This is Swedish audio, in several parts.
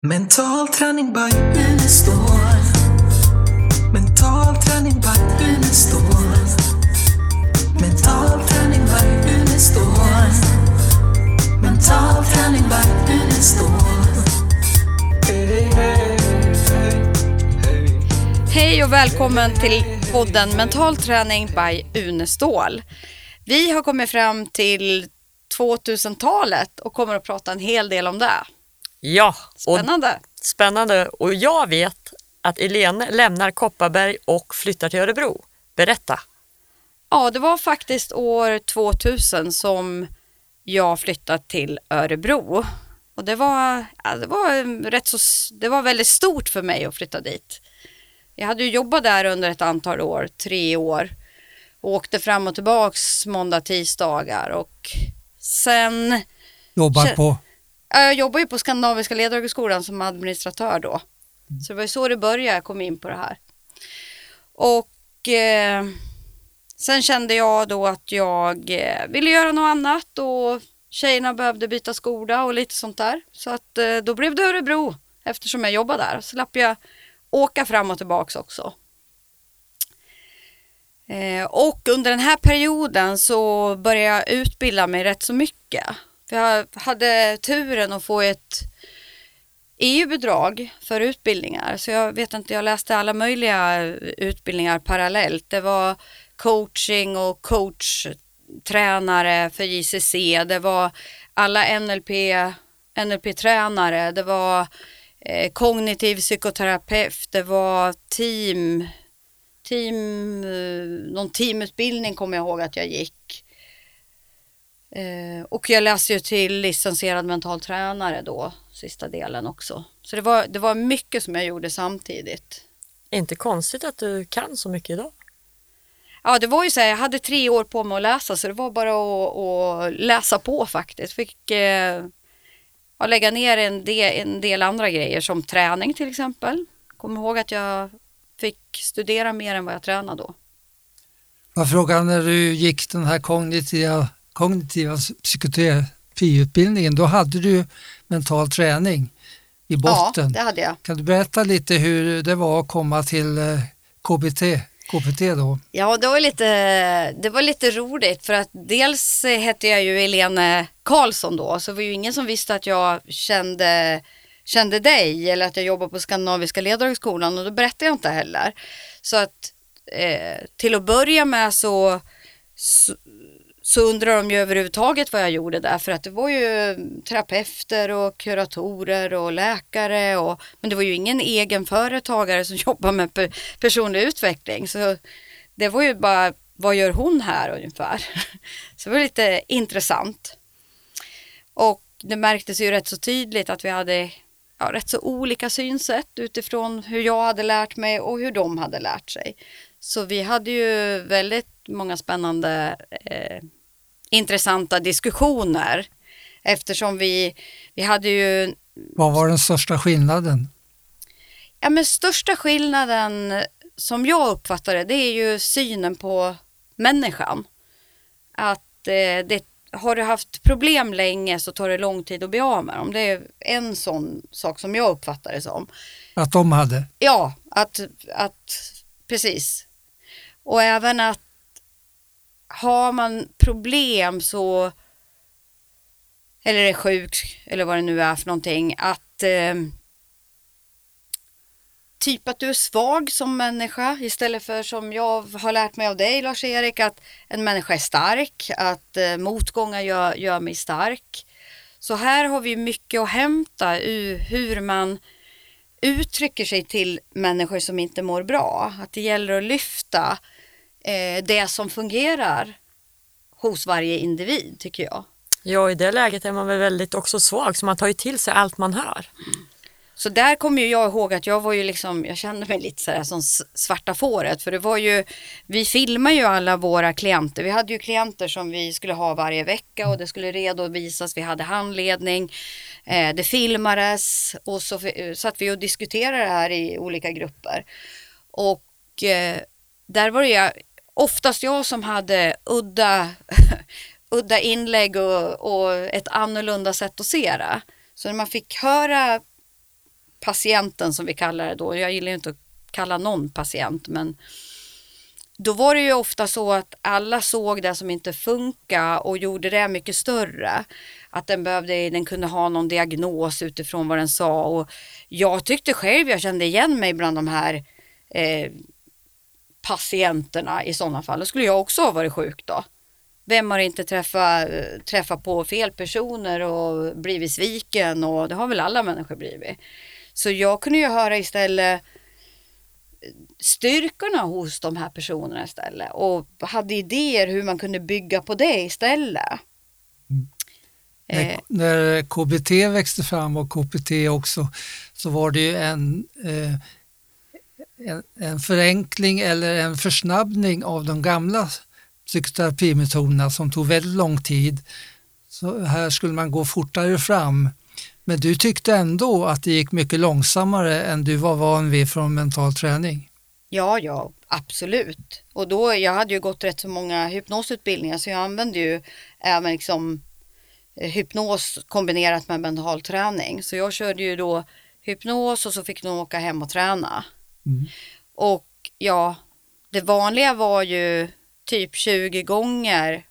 Mental träning by Unestål. Mental träning by Unestål. Mental träning by Unestål. Mental träning by Unestål. Hej och välkommen till podden Mental träning by Unestål. Vi har kommit fram till 2000-talet och kommer att prata en hel del om det. Ja, Spännande. Och jag vet att Elene lämnar Kopparberg och flyttar till Örebro. Berätta. Ja, det var faktiskt år 2000 som jag flyttade till Örebro. Och det var väldigt stort för mig att flytta dit. Jag hade ju jobbat där under ett antal år, 3 år. Och åkte fram och tillbaks måndag, tisdagar. Och sen... Jag jobbar ju på Skandinaviska ledarhögskolan som administratör då. Så det var ju så det började, jag kom in på det här. Och sen kände jag då att jag ville göra något annat. Och tjejerna behövde byta skola och lite sånt där. Så att då blev det Örebro eftersom jag jobbade där. Så slapp jag åka fram och tillbaks också. Och under den här perioden så började jag utbilda mig rätt så mycket. För jag hade turen att få ett EU-bidrag för utbildningar. Så jag läste alla möjliga utbildningar parallellt. Det var coaching och coachtränare för JCC. Det var alla NLP-tränare. Det var kognitiv psykoterapeut. Det var någon teamutbildning kommer jag ihåg att jag gick. Och jag läste ju till licensierad mental tränare då, sista delen också. Så det var mycket som jag gjorde samtidigt. Inte konstigt att du kan så mycket idag. Ja, det var ju så här, jag hade 3 år på mig att läsa, så det var bara att läsa på faktiskt. Fick lägga ner en del andra grejer som träning till exempel. Kom ihåg att jag fick studera mer än vad jag tränade då. Vad frågan när du gick den här kognitiva psykoterapiutbildningen, då hade du mental träning i botten. Ja, det hade jag. Kan du berätta lite hur det var att komma till KPT då? Ja, det var lite roligt för att dels hette jag ju Elene Karlsson då, så det var ju ingen som visste att jag kände dig eller att jag jobbar på Skandinaviska ledarhögskolan, och då berättade jag inte heller. Så att till att börja med så undrar de ju överhuvudtaget vad jag gjorde där, för att det var ju terapeuter och kuratorer och läkare, men det var ju ingen egen företagare som jobbar med personlig utveckling, så det var ju bara, vad gör hon här ungefär? Så det var lite intressant. Och det märktes ju rätt så tydligt att vi hade rätt så olika synsätt utifrån hur jag hade lärt mig och hur de hade lärt sig. Så vi hade ju väldigt många spännande, intressanta diskussioner eftersom vi hade ju... Vad var den största skillnaden? Ja, men största skillnaden som jag uppfattade, det är ju synen på människan. Att har du haft problem länge så tar det lång tid att bli av med dem. Det är en sån sak som jag uppfattar det som. Att de hade? Ja, att precis. Och även att har man problem så, eller är sjuk eller vad det nu är för någonting, att typ att du är svag som människa istället för som jag har lärt mig av dig, Lars-Erik, att en människa är stark, att motgångar gör mig stark. Så här har vi mycket att hämta ur hur man uttrycker sig till människor som inte mår bra. Att det gäller att lyfta det som fungerar hos varje individ, tycker jag. Ja, i det läget är man väl väldigt också svag, så man tar ju till sig allt man hör. Så där kommer ju jag ihåg att jag var ju liksom, jag kände mig lite sådär som svarta fåret, för det var ju, vi filmar ju alla våra klienter. Vi hade ju klienter som vi skulle ha varje vecka och det skulle redovisas, vi hade handledning, det filmades och så satt vi och diskuterade det här i olika grupper. Och där var det oftast jag som hade udda inlägg och ett annorlunda sätt att se det. Så när man fick höra patienten som vi kallar det då. Jag gillar inte att kalla någon patient, men då var det ju ofta så att alla såg det som inte funkar och gjorde det mycket större. Att den kunde ha någon diagnos utifrån vad den sa. Och jag tyckte själv, jag kände igen mig bland de här patienterna i sådana fall. Då skulle jag också ha varit sjuk då. Vem har inte träffat på fel personer och blivit sviken, och det har väl alla människor blivit. Så jag kunde ju höra istället styrkorna hos de här personerna istället och hade idéer hur man kunde bygga på det istället. När KBT växte fram och KPT också, så var det ju en förenkling eller en försnabbning av de gamla psykoterapimetoderna som tog väldigt lång tid. Så här skulle man gå fortare fram. Men du tyckte ändå att det gick mycket långsammare än du var van vid från mental träning? Ja, absolut. Och då, jag hade ju gått rätt så många hypnosutbildningar, så jag använde ju även liksom hypnos kombinerat med mental träning. Så jag körde ju då hypnos och så fick de åka hem och träna. Och ja, det vanliga var ju typ 20 gånger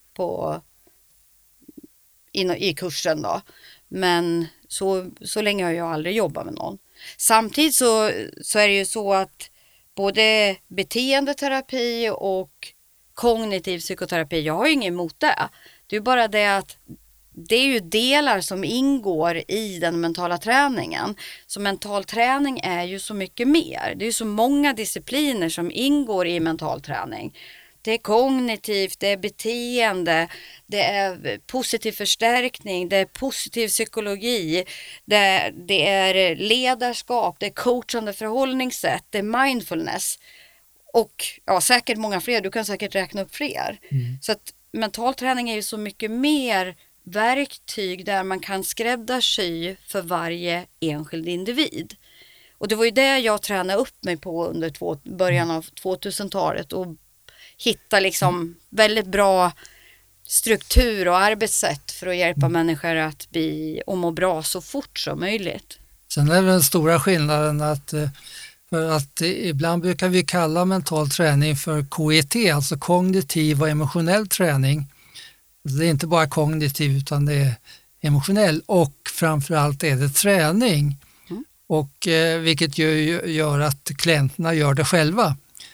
i kursen då. Men så länge har jag aldrig jobbat med någon. Samtidigt så är det ju så att både beteendeterapi och kognitiv psykoterapi, jag har ju inget emot det. Det är bara det att det är ju delar som ingår i den mentala träningen. Så mental träning är ju så mycket mer. Det är ju så många discipliner som ingår i mental träning. Det är kognitivt, det är beteende, det är positiv förstärkning, det är positiv psykologi, det är ledarskap, det är coachande förhållningssätt, det är mindfulness och ja, säkert många fler. Du kan säkert räkna upp fler. Så att mental träning är ju så mycket mer verktyg där man kan skräddarsy för varje enskild individ. Och det var ju det jag tränade upp mig på under början av 2000-talet och hitta liksom väldigt bra struktur och arbetssätt för att hjälpa människor att må bra så fort som möjligt. Sen är den stora skillnaden att ibland brukar vi kalla mental träning för KET, alltså kognitiv och emotionell träning. Det är inte bara kognitiv utan det är emotionell, och framförallt är det träning. Och vilket gör att klienterna gör det själva.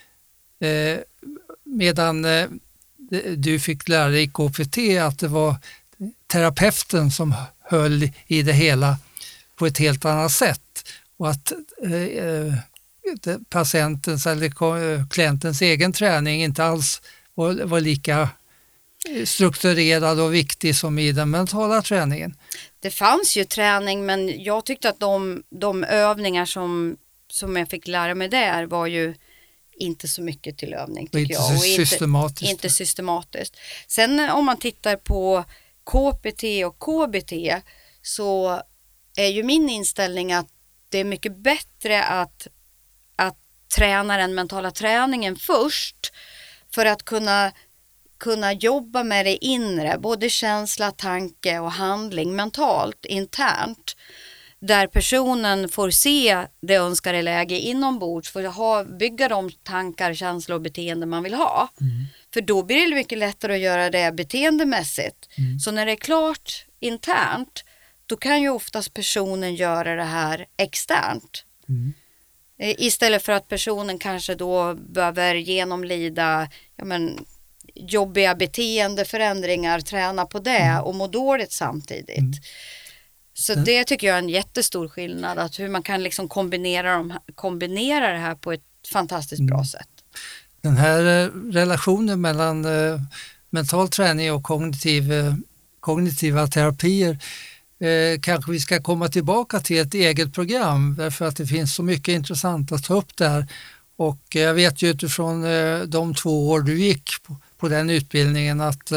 Medan du fick lära dig i KPT att det var terapeuten som höll i det hela på ett helt annat sätt, och att patientens eller klientens egen träning inte alls var lika strukturerad och viktig som i den mentala träningen. Det fanns ju träning, men jag tyckte att de övningar som jag fick lära mig där var ju inte så mycket till övning tycker jag. Och inte systematiskt. Sen om man tittar på KPT och KBT så är ju min inställning att det är mycket bättre att träna den mentala träningen först för att kunna jobba med det inre, både känsla, tanke och handling mentalt, internt. Där personen får se det önskade läge inombords, för att bygga de tankar, känslor och beteende man vill ha. För då blir det mycket lättare att göra det beteendemässigt. Så när det är klart internt, då kan ju oftast personen göra det här externt. Istället för att personen kanske då behöver genomlida jobbiga beteendeförändringar, träna på det och må dåligt samtidigt. Så det tycker jag är en jättestor skillnad, att hur man kan liksom kombinera det här på ett fantastiskt bra sätt. Den här relationen mellan mental träning och kognitiva terapier kanske vi ska komma tillbaka till ett eget program, därför att det finns så mycket intressant att ta upp där. Och jag vet ju utifrån de 2 år du gick på den utbildningen att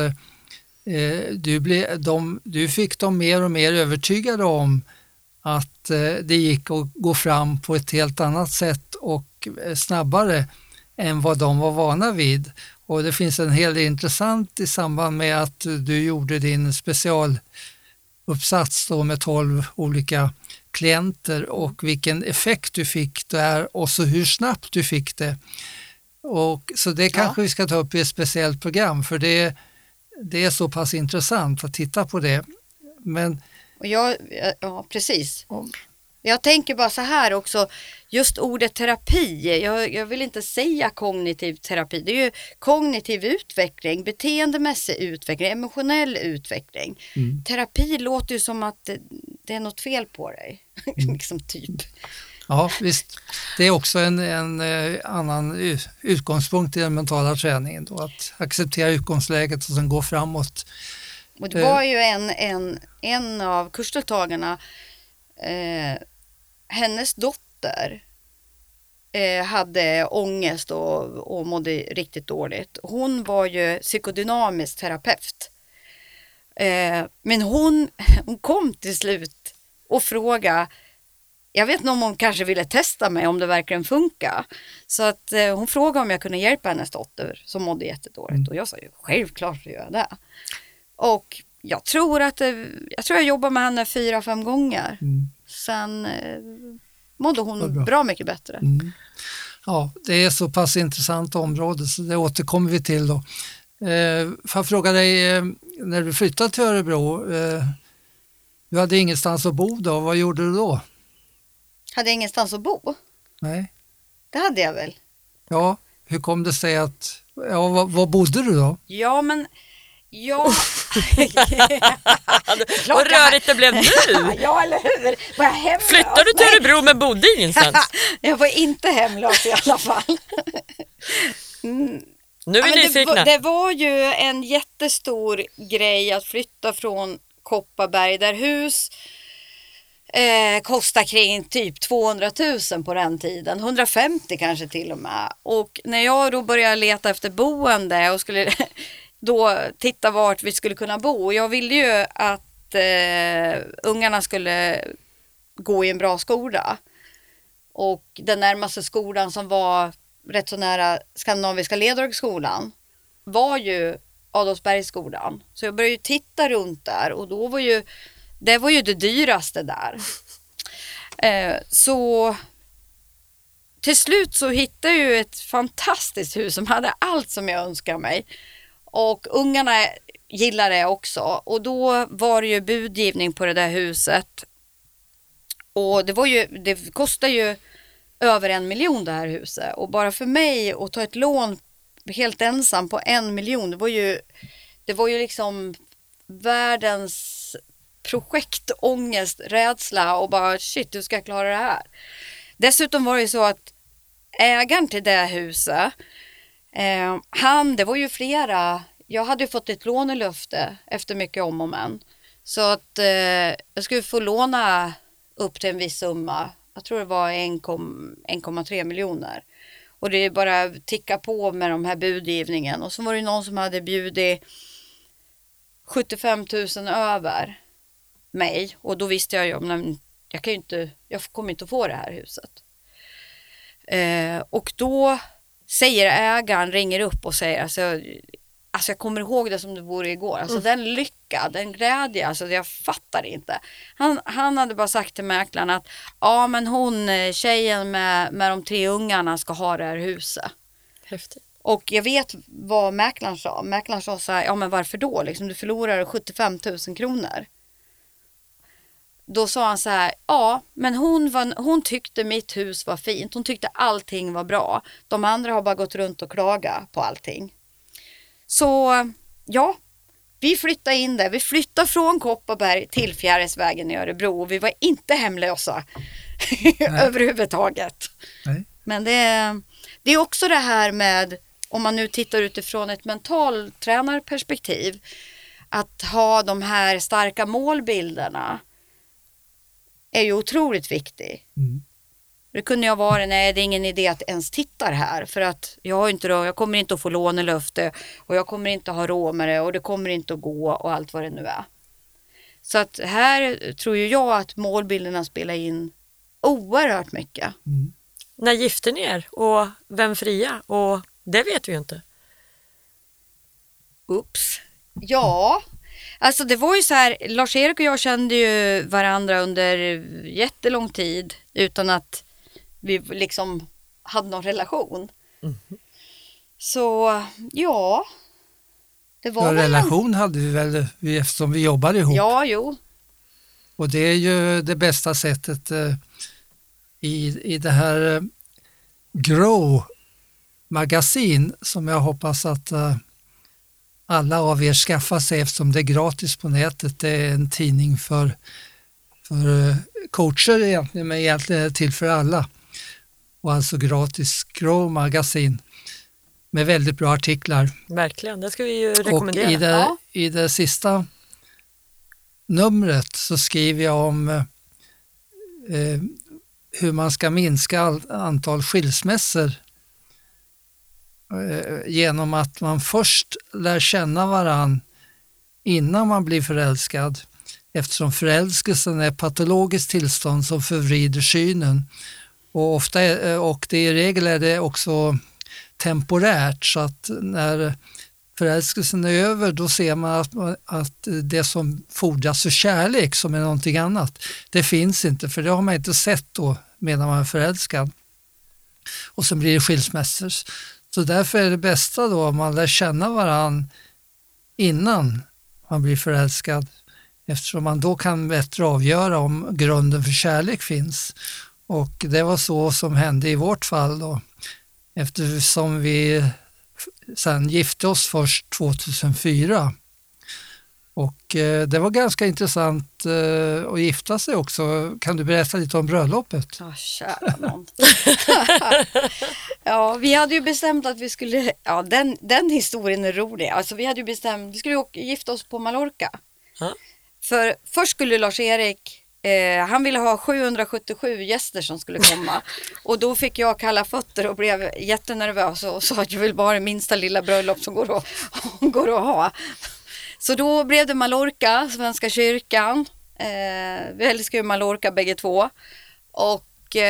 du fick dem mer och mer övertygade om att det gick att gå fram på ett helt annat sätt och snabbare än vad de var vana vid. Och det finns en hel del intressant i samband med att du gjorde din specialuppsats då med 12 olika klienter och vilken effekt du fick där och så hur snabbt du fick det. Och, så det kanske vi ska ta upp i ett speciellt program, för det är så pass intressant att titta på det. Men, Och ja, precis. Jag tänker bara så här också, just ordet terapi, jag vill inte säga kognitiv terapi, det är ju kognitiv utveckling, beteendemässig utveckling, emotionell utveckling. Terapi låter ju som att det är något fel på dig, liksom typ. Ja, visst. Det är också en annan utgångspunkt i den mentala träningen då, att acceptera utgångsläget och sen gå framåt. Och det var ju en av kursdeltagarna, hennes dotter hade ångest och mådde riktigt dåligt. Hon var ju psykodynamisk terapeut. Men hon kom till slut och frågade, jag vet inte om hon kanske ville testa mig om det verkligen funkar. Så att hon frågade om jag kunde hjälpa hennes dotter som mådde jättedåligt. Och jag sa ju, självklart gör jag det. Och jag tror jag jobbar med henne 4-5 gånger. Sen mådde hon bra mycket bättre. Ja, det är så pass intressant område så det återkommer vi till då. Får jag fråga dig, när du flyttade till Örebro, du hade ingenstans att bo då, vad gjorde du då? Hade jag ingenstans att bo? Nej. Det hade jag väl. Ja, hur kom det sig att, var bodde du då? Ja, men Och rörigt det blev nu. Ja, eller hur? Var jag hemlös? Flyttade du till Örebro men bodde ingenstans? Jag var inte hemlös i alla fall. Nu är vi nyfikna. Det var ju en jättestor grej att flytta från Kopparberg där hus kostar kring typ 200 000 på den tiden. 150 kanske till och med. Och när jag då började leta efter boende och skulle då titta vart vi skulle kunna bo. Jag ville ju att ungarna skulle gå i en bra skola. Och den närmaste skolan som var rätt så nära Skandinaviska Ledhögskolan var ju Adolfsbergsskolan. Så jag började ju titta runt där och då var det var ju det dyraste där. Så till slut så hittade jag ju ett fantastiskt hus som hade allt som jag önskade mig. Och ungarna gillade det också. Och då var det ju budgivning på det där huset. Och det kostade ju över 1 miljon det här huset. Och bara för mig att ta ett lån helt ensam på 1 miljon, det var ju liksom världens projektångest, rädsla och bara shit, hur ska jag klara det här? Dessutom var det ju så att ägaren till det huset, det var ju flera, jag hade fått ett lånelöfte efter mycket om och men. Så att jag skulle få låna upp till en viss summa. Jag tror det var 1,3 miljoner. Och det är bara ticka på med de här budgivningen. Och så var det någon som hade bjudit 75 000 över mig. Och då visste jag ju, men jag kommer inte att få det här huset. Och då säger ägaren, ringer upp och säger, alltså jag kommer ihåg det som det vore igår. Alltså den lycka, den glädje, alltså jag fattar inte. Han hade bara sagt till mäklaren att ja, men tjejen med de 3 ungarna ska ha det här huset. Häftigt. Och jag vet vad mäklaren sa. Mäklaren sa så här, ja men varför då? Liksom, du förlorar 75 000 kronor. Då sa han så här, ja men hon tyckte mitt hus var fint. Hon tyckte allting var bra. De andra har bara gått runt och klagat på allting. Så ja, vi flyttade in där. Vi flyttade från Kopparberg till Fjärilsvägen i Örebro. Vi var inte hemlösa överhuvudtaget. Nej. Men det är också det här med, om man nu tittar utifrån ett mental tränarperspektiv, att ha de här starka målbilderna är ju otroligt viktigt. Det kunde jag vara, nej det är ingen idé att ens titta här, för att jag kommer inte att få lånelöfte och jag kommer inte att ha råd med det och det kommer inte att gå och allt vad det nu är. Så att här tror ju jag att målbilderna spelar in oerhört mycket. När gifter ni er och vem fria? Och det vet vi ju inte. Ups. Ja, Alltså det var ju så här, Lars-Erik och jag kände ju varandra under jättelång tid utan att vi liksom hade någon relation. Så ja, det var väl relation hade vi väl eftersom vi jobbade ihop. Ja, jo. Och det är ju det bästa sättet i det här Grow-magasin som jag hoppas att alla av er skaffar sig eftersom det är gratis på nätet. Det är en tidning för coacher egentligen, men egentligen till för alla. Och alltså gratis Grow-magasin med väldigt bra artiklar. Verkligen, det ska vi ju rekommendera. Och i det sista numret så skriver jag om hur man ska minska antal skilsmässor genom att man först lär känna varann innan man blir förälskad, eftersom förälskelsen är ett patologiskt tillstånd som förvrider synen och det i regel är det också temporärt, så att när förälskelsen är över då ser man att det som fordras för kärlek som är någonting annat, det finns inte, för det har man inte sett då medan man är förälskad. Och så blir det skilsmässor. Så därför är det bästa då om man lär känna varann innan man blir förälskad, eftersom man då kan bättre avgöra om grunden för kärlek finns. Och det var så som hände i vårt fall då, eftersom vi sen gifte oss först 2004. Och det var ganska intressant att gifta sig också. Kan du berätta lite om bröllopet? Ja, kära någon. Ja, vi hade ju bestämt att vi skulle, ja den historien är rolig. Alltså vi hade ju bestämt, vi skulle gifta oss på Mallorca. För först skulle Lars-Erik, han ville ha 777 gäster som skulle komma. Och då fick jag kalla fötter och blev jättenervös och sa att jag vill bara ha det minsta lilla bröllop som går att ha. Så då blev det Mallorca, Svenska kyrkan. Vi älskar ju Mallorca bägge två. Och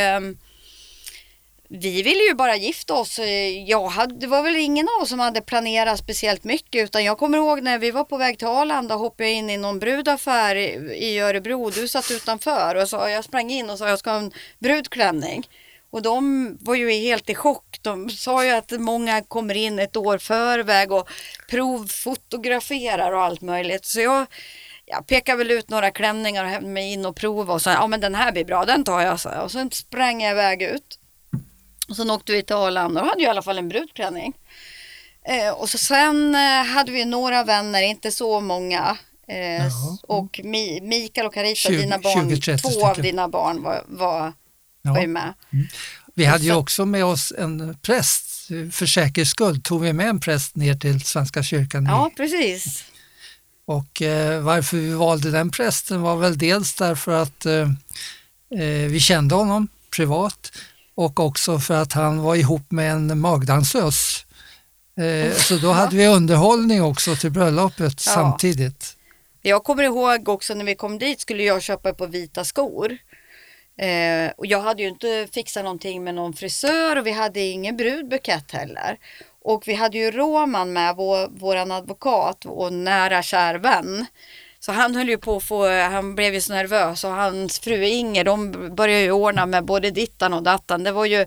vi ville ju bara gifta oss. Det var väl ingen av oss som hade planerat speciellt mycket. Utan jag kommer ihåg när vi var på väg till Arlanda hoppade jag in i någon brudaffär i Örebro. Du satt utanför och jag sprang in och sa jag ska ha en brudklänning. Och de var ju helt i chock. De sa ju att många kommer in ett år förväg och provfotograferar och allt möjligt. Så jag pekade väl ut några klänningar och hämtade mig in och provade. Och sa, ja men den här blir bra, den tar jag. Så. Och sen sprang jag iväg ut. Och sen åkte vi till Arlanda och hade ju i alla fall en brudklänning. Och så sen hade vi några vänner, inte så många. Och Mikael och Carita, dina barn, två av dina barn var ju med. Vi hade ju också med oss en präst. För säkerhets skull tog vi med en präst ner till Svenska kyrkan. Ja, precis. Och varför vi valde den prästen var väl dels därför att vi kände honom privat och också för att han var ihop med en magdansös. Så då hade vi underhållning också till bröllopet samtidigt. Jag kommer ihåg också när vi kom dit skulle jag köpa på vita skor. Och jag hade ju inte fixat någonting med någon frisör och vi hade ingen brudbukett heller. Och vi hade ju Roman med, våran advokat och nära kär vän. Så han höll ju på han blev ju så nervös och hans fru Inger, de började ju ordna med både dittan och dattan. Det var ju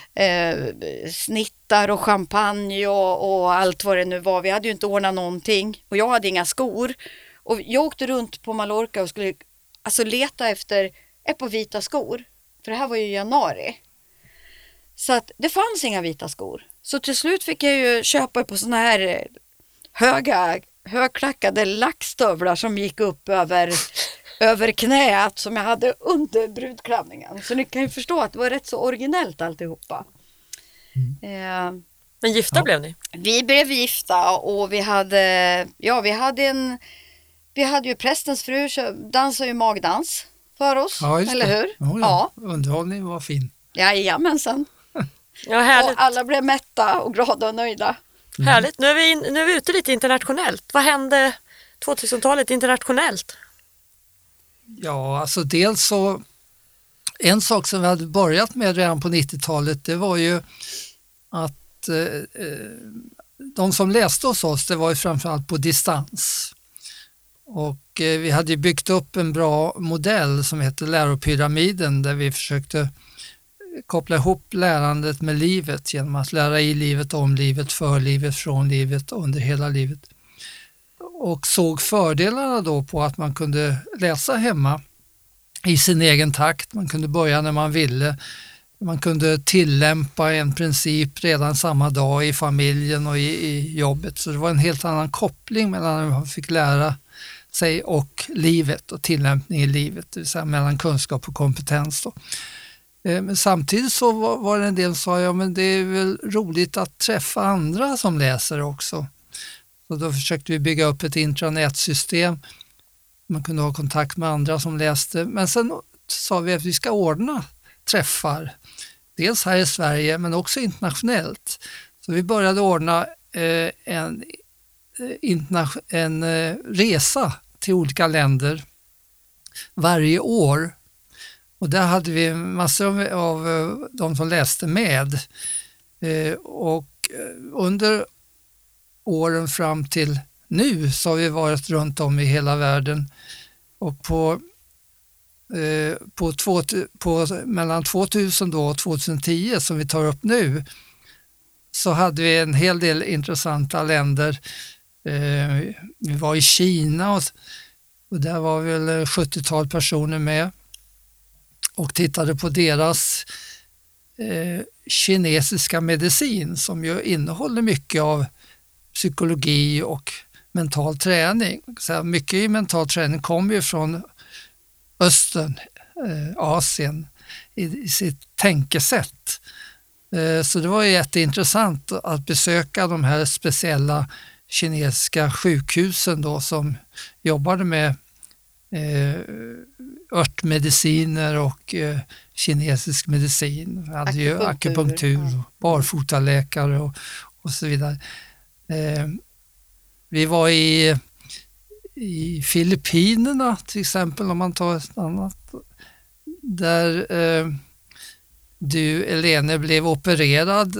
snittar och champagne och allt vad det nu var. Vi hade ju inte ordnat någonting och jag hade inga skor. Och jag åkte runt på Mallorca och skulle leta efter ett par vita skor. För det här var ju januari. Så att det fanns inga vita skor. Så till slut fick jag ju köpa på såna här högklackade lackstövlar som gick upp över knät som jag hade under brudklänningen. Så ni kan ju förstå att det var rätt så originellt alltihopa. Men gifta blev ni? Vi blev gifta och vi hade ju prästens fru dansade ju magdans för oss, eller hur? Ja. Underhållning var fin. Jajamensan. Ja, härligt. Och alla blev mätta och glada och nöjda. Härligt. Nu är vi ute lite internationellt. Vad hände 2000-talet internationellt? Ja, alltså dels så en sak som vi hade börjat med redan på 90-talet, det var ju att de som läste hos oss, det var ju framförallt på distans. Och vi hade ju byggt upp en bra modell som heter läropyramiden, där vi försökte koppla ihop lärandet med livet genom att lära i livet, om livet, för livet, från livet, under hela livet. Och såg fördelarna då på att man kunde läsa hemma i sin egen takt. Man kunde börja när man ville. Man kunde tillämpa en princip redan samma dag i familjen och i jobbet. Så det var en helt annan koppling mellan när man fick lära sig och livet och tillämpning i livet, det vill säga mellan kunskap och kompetens då. Men samtidigt så var det en del som sa, ja men det är väl roligt att träffa andra som läser också. Så då försökte vi bygga upp ett intranetsystem. Man kunde ha kontakt med andra som läste. Men sen sa vi att vi ska ordna träffar. Dels här i Sverige men också internationellt. Så vi började ordna en resa till olika länder varje år. Och där hade vi massor av de som läste med. Och under åren fram till nu så har vi varit runt om i hela världen. Och mellan 2000 och 2010 som vi tar upp nu så hade vi en hel del intressanta länder. Vi var i Kina och där var väl 70-tal personer med och tittade på deras kinesiska medicin som ju innehåller mycket av psykologi och mental träning. Så mycket i mental träning kommer ju från Östern, Asien i sitt tänkesätt. Så det var ju jätteintressant att besöka de här speciella kinesiska sjukhusen då som jobbade med örtmediciner och kinesisk medicin. Vi hade ju akupunktur och barfotaläkare och så vidare. Vi var i Filippinerna till exempel, om man tar ett annat, där du, Elene, blev opererad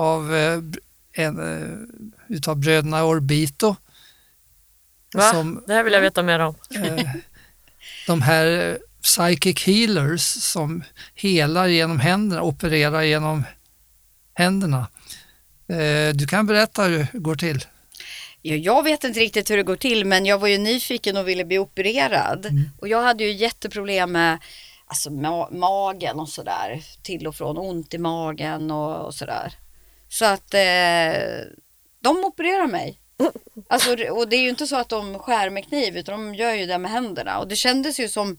utav bröderna Orbito. Va? Det här vill jag veta mer om. De här psychic healers som helar genom händerna, opererar genom händerna. Du kan berätta hur det går till. Ja, jag vet inte riktigt hur det går till, men jag var ju nyfiken och ville bli opererad. Och jag hade ju jätteproblem med magen och sådär. Till och från ont i magen och sådär. Så att de opererar mig. Alltså, och det är ju inte så att de skär med kniv, utan de gör ju det med händerna. Och det kändes ju som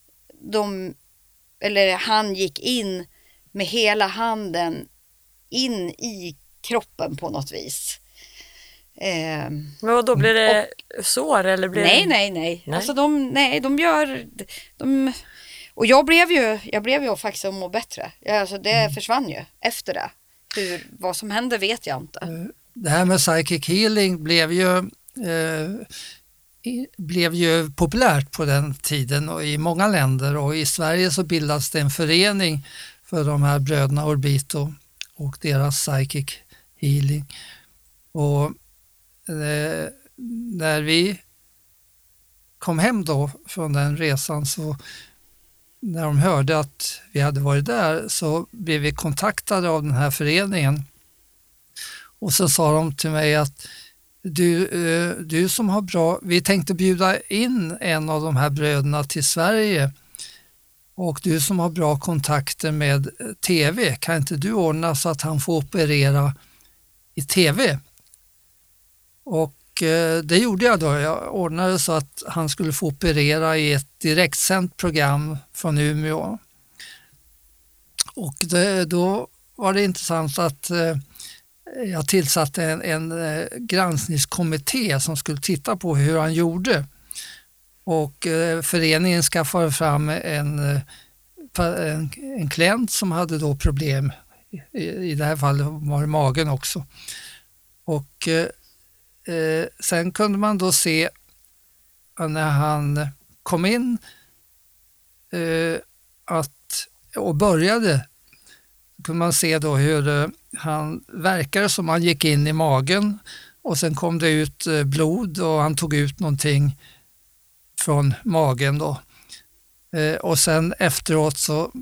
han gick in med hela handen in i kroppen på något vis. Men då blir det sår eller blir Nej. Alltså de gör och jag blev ju faktiskt att må bättre. Alltså det försvann ju efter det. Vad som hände vet jag inte. Det här med psychic healing blev ju populärt på den tiden och i många länder, och i Sverige så bildas det en förening för de här bröderna Orbito och deras psychic healing. Och när vi kom hem då från den resan, så när de hörde att vi hade varit där så blev vi kontaktade av den här föreningen. Och så sa de till mig att du som har vi tänkte bjuda in en av de här bröderna till Sverige, och du som har bra kontakter med tv, kan inte du ordna så att han får operera i tv? Och det gjorde jag då. Jag ordnade så att han skulle få operera i ett direktsänt program från Umeå. Och då var det intressant att jag tillsatte en granskningskommitté som skulle titta på hur han gjorde. Och föreningen skaffade fram en klient som hade då problem. I det här fallet var det magen också. Och sen kunde man då se när han kom in och började, kunde man se då hur han verkade som han gick in i magen, och sen kom det ut blod och han tog ut någonting från magen då. Och sen efteråt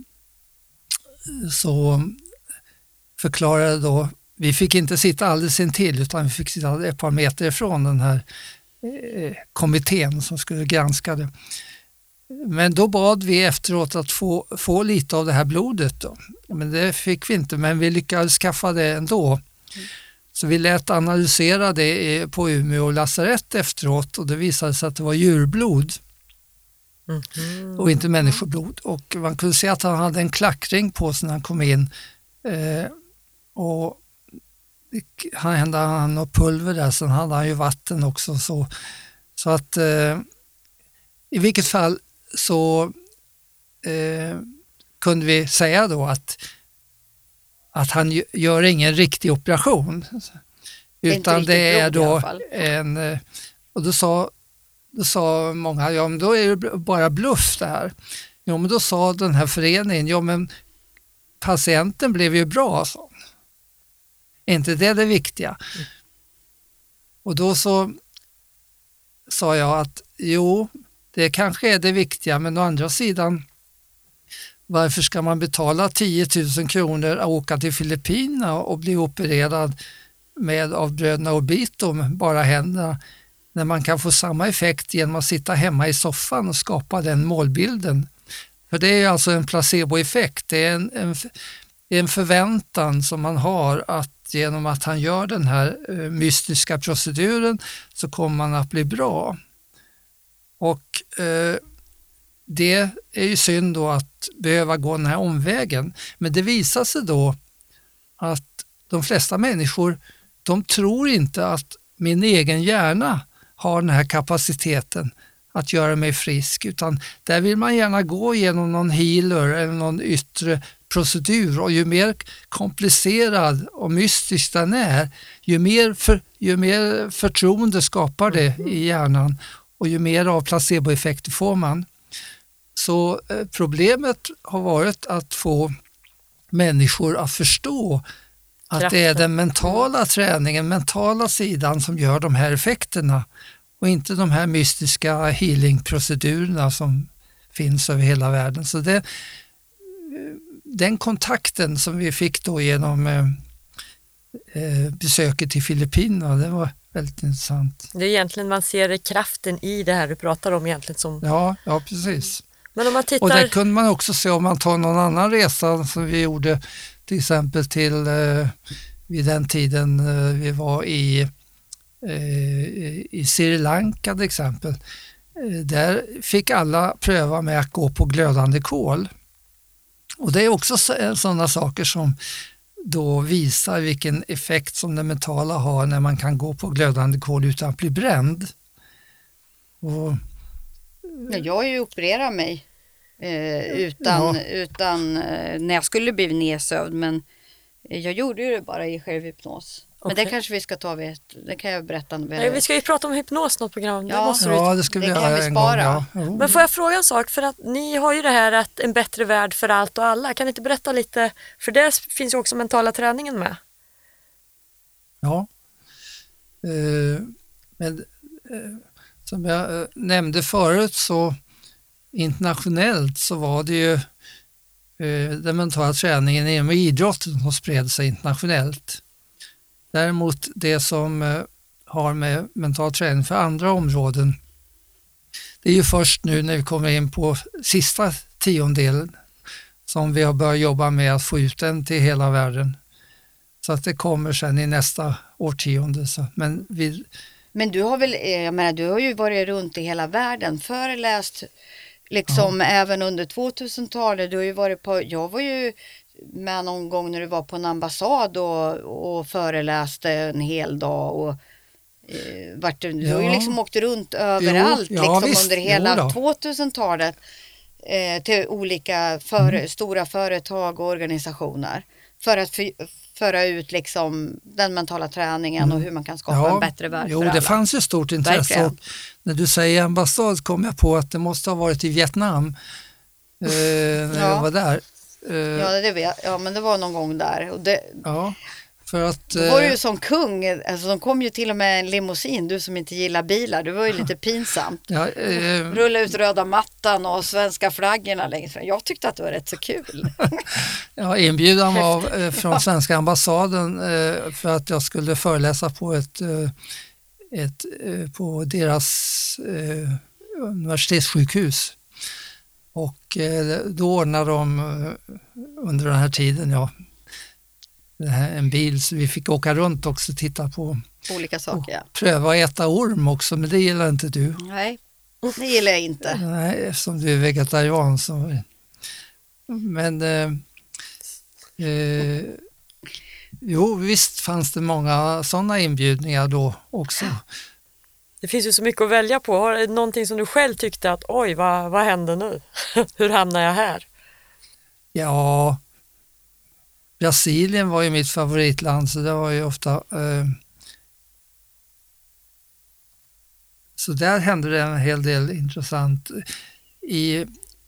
så förklarade då, vi fick inte sitta alldeles intill utan vi fick sitta ett par meter ifrån den här kommittén som skulle granska det. Men då bad vi efteråt att få lite av det här blodet då. Men det fick vi inte, men vi lyckades skaffa det ändå. Så vi lät analysera det på Umeå lasarett efteråt och det visade sig att det var djurblod och inte människoblod. Och man kunde se att han hade en klackring på sig när han kom in och han hade han något pulver där, sen hade han ju vatten också. Så att i vilket fall så kunde vi säga då att han gör ingen riktig operation. Utan det är då och då sa många, ja men då är det bara bluff det här. Ja men då sa den här föreningen, ja men patienten blev ju bra, så. Är inte det viktiga? Och då så sa jag att jo, det kanske är det viktiga, men å andra sidan, varför ska man betala 10 000 kronor och åka till Filippinerna och bli opererad av bröderna Obito med bara händerna, när man kan få samma effekt genom att sitta hemma i soffan och skapa den målbilden? För det är alltså en placeboeffekt, det är en förväntan som man har att genom att han gör den här mystiska proceduren så kommer man att bli bra. Och det är ju synd då att behöva gå den här omvägen. Men det visar sig då att de flesta människor, de tror inte att min egen hjärna har den här kapaciteten att göra mig frisk, utan där vill man gärna gå genom någon healer eller någon yttre procedur, och ju mer komplicerad och mystisk den är, ju mer förtroende skapar det i hjärnan och ju mer av placeboeffekter får man. Så problemet har varit att få människor att förstå att det är den mentala träningen, mentala sidan som gör de här effekterna och inte de här mystiska healingprocedurerna som finns över hela världen. Så den kontakten som vi fick då genom besöket i Filippinerna, det var väldigt intressant. Det är egentligen, man ser kraften i det här du pratar om egentligen som... Ja, precis. Men om man tittar... Och det kunde man också se om man tar någon annan resa som vi gjorde till exempel vid den tiden vi var i Sri Lanka till exempel. Där fick alla pröva med att gå på glödande kol. Och det är också sådana saker som då visar vilken effekt som det mentala har när man kan gå på glödande kol utan att bli bränd. Jag har ju opererat mig utan när jag skulle bli nedsövd, men jag gjorde ju det bara i självhypnos. Men det kanske vi ska ta det kan jag berätta. Nej, vi ska ju prata om hypnos något program. Det ska vi göra en gång. Ja. Men får jag fråga en sak? För att ni har ju det här att en bättre värld för allt och alla. Kan ni inte berätta lite? För det finns ju också mentala träningen med. Ja. Men som jag nämnde förut, så internationellt så var det ju den mentala träningen inom idrotten som spred sig internationellt. Däremot det som har med mental träning för andra områden, det är ju först nu när vi kommer in på sista tiondelen som vi har börjat jobba med att få ut den till hela världen. Så att det kommer sen i nästa årtionde. Men du har väl, jag menar, du har ju varit runt i hela världen, föreläst liksom även under 2000-talet. Du har ju varit jag var ju med någon gång när du var på en ambassad och föreläste en hel dag och du har ju liksom åkt runt överallt under hela 2000-talet till olika stora företag och organisationer för att föra ut liksom den mentala träningen och hur man kan skapa en bättre värld för alla. Det fanns ju stort intresse. Och när du säger ambassad kom jag på att det måste ha varit i Vietnam när jag var där. Ja, det vet jag. Ja, men det var någon gång där. Och För att, Då var du ju som kung, alltså de kom ju till och med en limousin, du som inte gillar bilar, det var ju lite pinsamt. ja, Rulla ut röda mattan och svenska flaggorna längst fram. Jag tyckte att det var rätt så kul. ja, inbjudan var från svenska ambassaden för att jag skulle föreläsa på på deras universitetssjukhus. Och då ordnade de under den här tiden en bil, så vi fick åka runt också och titta på Olika saker, ja. pröva att äta orm också, men det gillar inte du. Nej, det gillar jag inte. Nej, eftersom du är vegetarian. Men jo, visst fanns det många sådana inbjudningar då också. Det finns ju så mycket att välja på. Har det någonting som du själv tyckte att oj, vad händer nu? Hur hamnar jag här? Ja, Brasilien var ju mitt favoritland, så det var ju ofta så där hände det en hel del intressant. I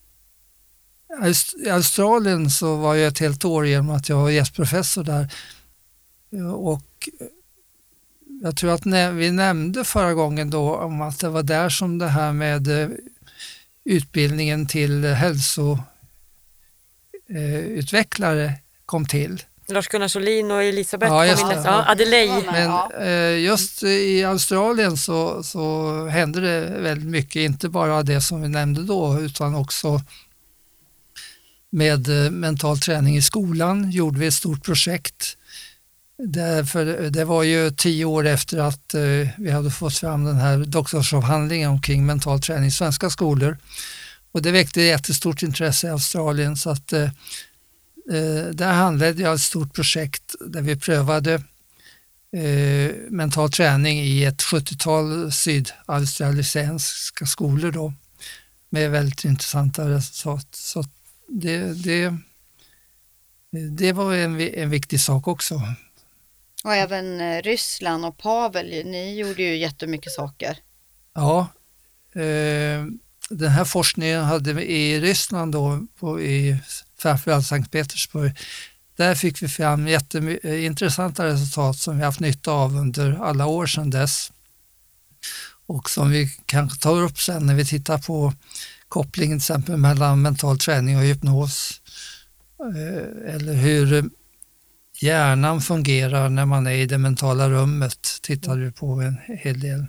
Australien så var jag ett helt år genom att jag var gästprofessor där, och jag tror att vi nämnde förra gången då om att det var där som det här med utbildningen till hälsoutvecklare kom till. Lars-Gunnar Solin och Elisabeth Ja, just kom in. det. Ja, Adelaide. Men just i Australien så hände det väldigt mycket, inte bara det som vi nämnde då, utan också med mental träning i skolan gjorde vi ett stort projekt. Det var ju 10 år efter att vi hade fått fram den här doktorsavhandlingen omkring mental träning i svenska skolor. Och det väckte jättestort intresse i Australien, så att där handlade jag ett stort projekt där vi prövade mental träning i ett 70-tal sydaustralienska skolor då, med väldigt intressanta resultat. Så det var en viktig sak också. Och även Ryssland och Pavel, ni gjorde ju jättemycket saker. Ja, den här forskningen hade vi i Ryssland då, i framförallt Sankt Petersburg. Där fick vi fram jätteintressanta resultat som vi haft nytta av under alla år sedan dess. Och som vi kanske tar upp sen när vi tittar på kopplingen till exempel mellan mental träning och hypnos. Eller hur hjärnan fungerar när man är i det mentala rummet, tittar vi på en hel del.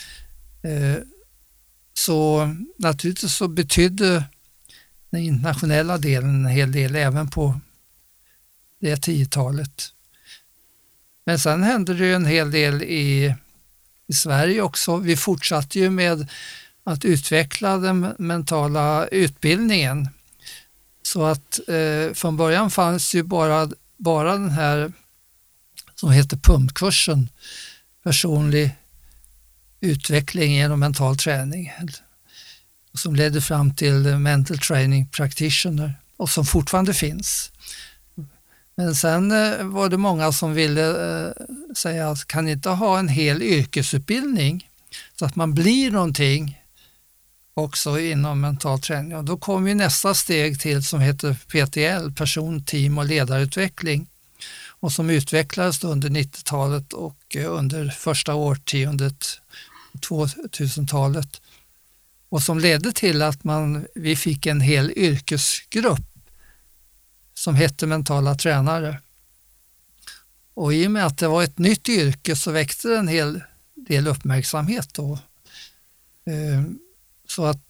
Så naturligtvis så betydde den internationella delen en hel del även på det 10-talet. Men sen hände det ju en hel del i Sverige också. Vi fortsatte ju med att utveckla den mentala utbildningen. Så att från början fanns ju bara den här som heter pumpkursen, personlig utveckling genom mental träning, som ledde fram till mental training practitioner och som fortfarande finns. Men sen var det många som ville säga att kan inte ha en hel yrkesutbildning så att man blir någonting också inom mental träning. Och då kom ju nästa steg till som heter PTL, person, team och ledarutveckling, och som utvecklades under 90-talet och under första årtiondet 2000-talet, och som ledde till att vi fick en hel yrkesgrupp som hette mentala tränare. Och i och med att det var ett nytt yrke så väckte det en hel del uppmärksamhet då. Så att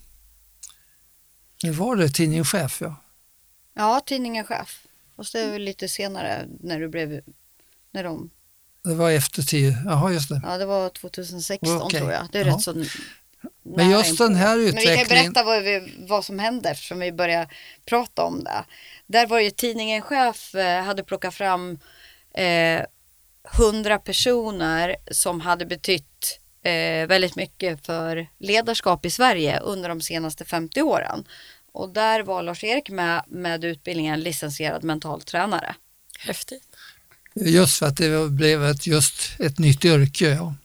det var det tidningen Chef, ja. Ja, tidningen Chef. Och så är det väl lite senare när de... Det var efter 10, jaha just det. Ja, det var 2016 Okej. tror jag. Det är Ja. rätt så... Men just den här Men vi utvecklingen... kan berätta vad som hände eftersom vi börjar prata om det. Där var ju tidningen Chef hade plockat fram 100 personer som hade betytt väldigt mycket för ledarskap i Sverige under de senaste 50 åren. Och där var Lars-Erik med utbildningen licensierad mental tränare. Häftigt. Just för att det blev ett nytt yrke. Ja.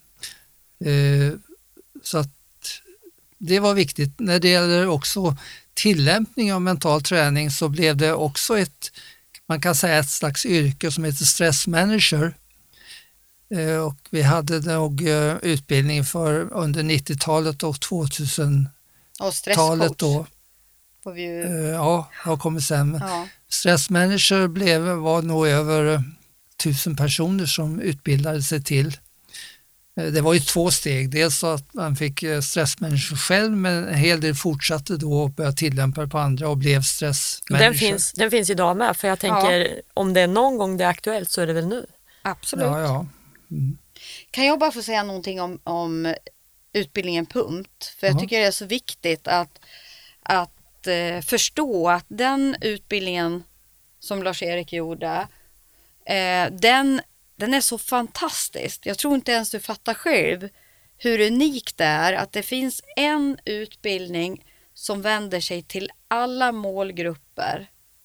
Så att det var viktigt. När det gäller också tillämpning av mental träning så blev det också man kan säga ett slags yrke som heter stressmanager. Och vi hade nog utbildning för under 90-talet och 2000-talet Och stresscoach då. får vi ju... Ja, har kommit sen. Ja. Stressmanager var nog över 1000 personer som utbildade sig till. Det var ju 2 steg. Dels att man fick stressmanager själv, men en hel del fortsatte då och började tillämpa det på andra och blev stressmanager. Den finns idag med, för jag tänker om det är någon gång det är aktuellt så är det väl nu. Absolut. Ja. Kan jag bara få säga någonting om utbildningen PUMT? För jag tycker det är så viktigt att förstå att den utbildningen som Lars-Erik gjorde, den är så fantastisk. Jag tror inte ens du fattar själv hur unikt det är att det finns en utbildning som vänder sig till alla målgrupper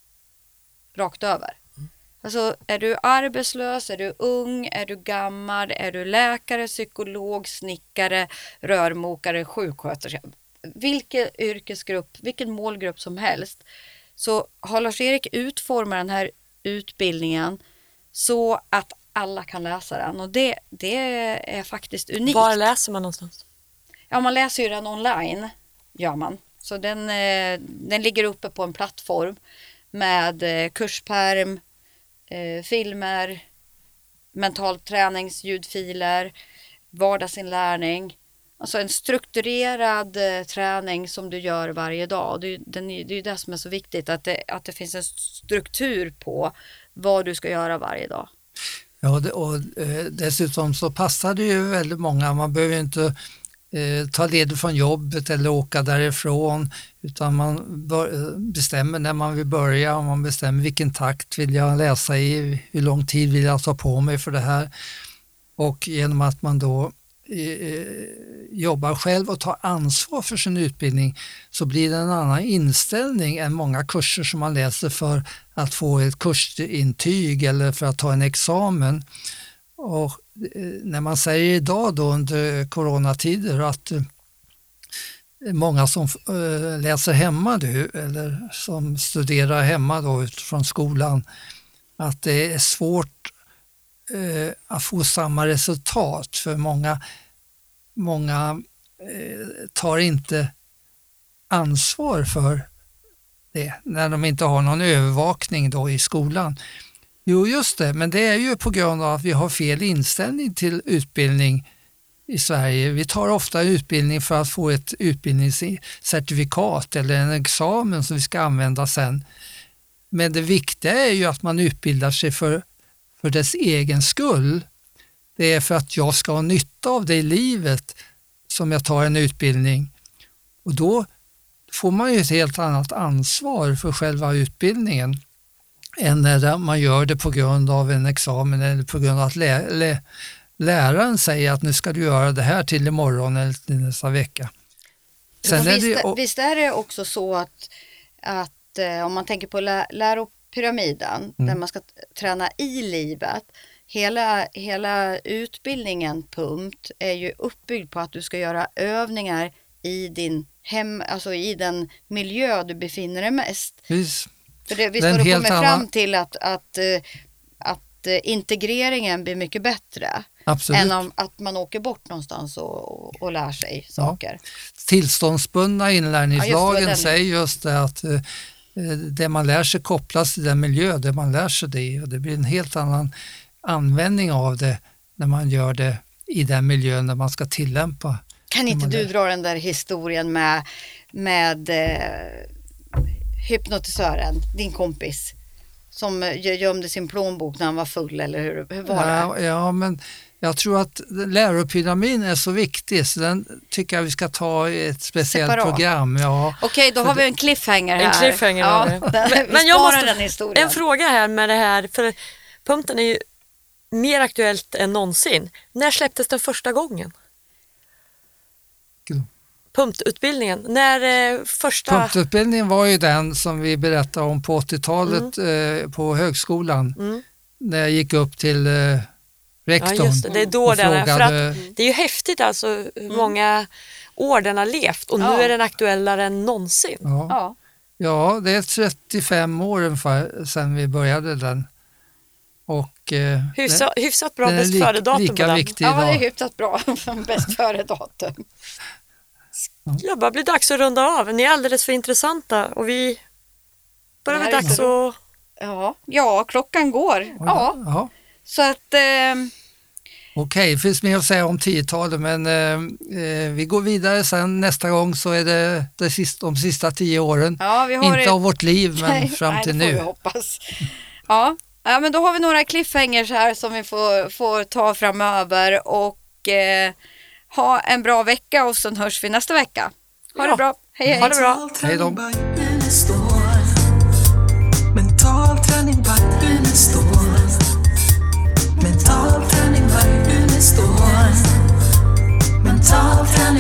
rakt över. Alltså, är du arbetslös, är du ung, är du gammal, är du läkare, psykolog, snickare, rörmokare, sjuksköterska. Vilken yrkesgrupp, vilken målgrupp som helst. Så har Lars-Erik utformat den här utbildningen så att alla kan läsa den. Och det är faktiskt unikt. Var läser man någonstans? Ja, man läser ju den online, gör man. Så den ligger uppe på en plattform med kurspärm, filmer, mental träningsljudfiler, vardagsinlärning. Alltså en strukturerad träning som du gör varje dag. Det är ju det som är så viktigt, att det finns en struktur på vad du ska göra varje dag. Ja, dessutom så passar det ju väldigt många. Man behöver ju inte ta ledigt från jobbet eller åka därifrån, utan man bestämmer när man vill börja, och man bestämmer vilken takt vill jag läsa i, hur lång tid vill jag ta på mig för det här. Och genom att man då jobbar själv och tar ansvar för sin utbildning så blir det en annan inställning än många kurser som man läser för att få ett kursintyg eller för att ta en examen. Och när man säger idag då under coronatider att många som läser hemma nu eller som studerar hemma då utifrån skolan, att det är svårt att få samma resultat, för många tar inte ansvar för det när de inte har någon övervakning då i skolan. Jo, just det, men det är ju på grund av att vi har fel inställning till utbildning i Sverige. Vi tar ofta utbildning för att få ett utbildningscertifikat eller en examen som vi ska använda sen. Men det viktiga är ju att man utbildar sig för dess egen skull. Det är för att jag ska ha nytta av det i livet som jag tar en utbildning. Och då får man ju ett helt annat ansvar för själva utbildningen än när man gör det på grund av en examen eller på grund av att läraren säger att nu ska du göra det här till imorgon eller till nästa vecka. Sen visst är det också så att om man tänker på läropyramiden där man ska träna i livet, hela utbildningen PUMT är ju uppbyggd på att du ska göra övningar i din alltså i den miljö du befinner dig mest. Visst. För visst har du kommit fram till att integreringen blir mycket bättre. Absolut. Än att man åker bort någonstans och lär sig saker. Ja. Tillståndsbundna inlärningslagen säger just det att det man lär sig kopplas till den miljö där man lär sig det, och det blir en helt annan användning av det när man gör det i den miljön där man ska tillämpa. Kan inte du dra den där historien med hypnotisören, din kompis, som gömde sin plånbok när han var full, eller hur var det? Ja, men jag tror att läropyramiden är så viktig, så den tycker jag vi ska ta i ett speciellt program. Ja. Okej, då har vi en cliffhanger här. En cliffhanger ja, men jag måste, den historien. En fråga här med det här, för punkten är ju mer aktuellt än någonsin. När släpptes den första gången? Pumputbildningen. Pumputbildningen var ju den som vi berättade om på 80-talet på högskolan. När jag gick upp till rektorn. Ja, just det. Det är då den är. För att det är ju häftigt alltså hur många år den har levt, och nu är den aktuellare än någonsin. Ja. Ja, det är 35 år ungefär sedan vi började den. Och Hyfsat bra den är bäst före-datum på lika den. viktig Ja, det är idag. hyfsat bra. Bäst före datum. Det börjar bli dags att runda av. Ni är alldeles för intressanta och vi börjar Det bli här är dags så att... Ja, klockan går. Ja, Ja. så att... Okej, det finns mer att säga om 10-talet, men vi går vidare sen. Nästa gång så är det de sista 10 åren. Ja, vi har Inte av vårt liv, men fram till det får nu. vi hoppas. Ja, men då har vi några cliffhangers här som vi får ta framöver och ha en bra vecka och sen hörs vi nästa vecka. Ha det bra. Hej, hej. Ha det bra. Hej då. Mental träning by Unestål. Mental träning by Unestål. Mental träning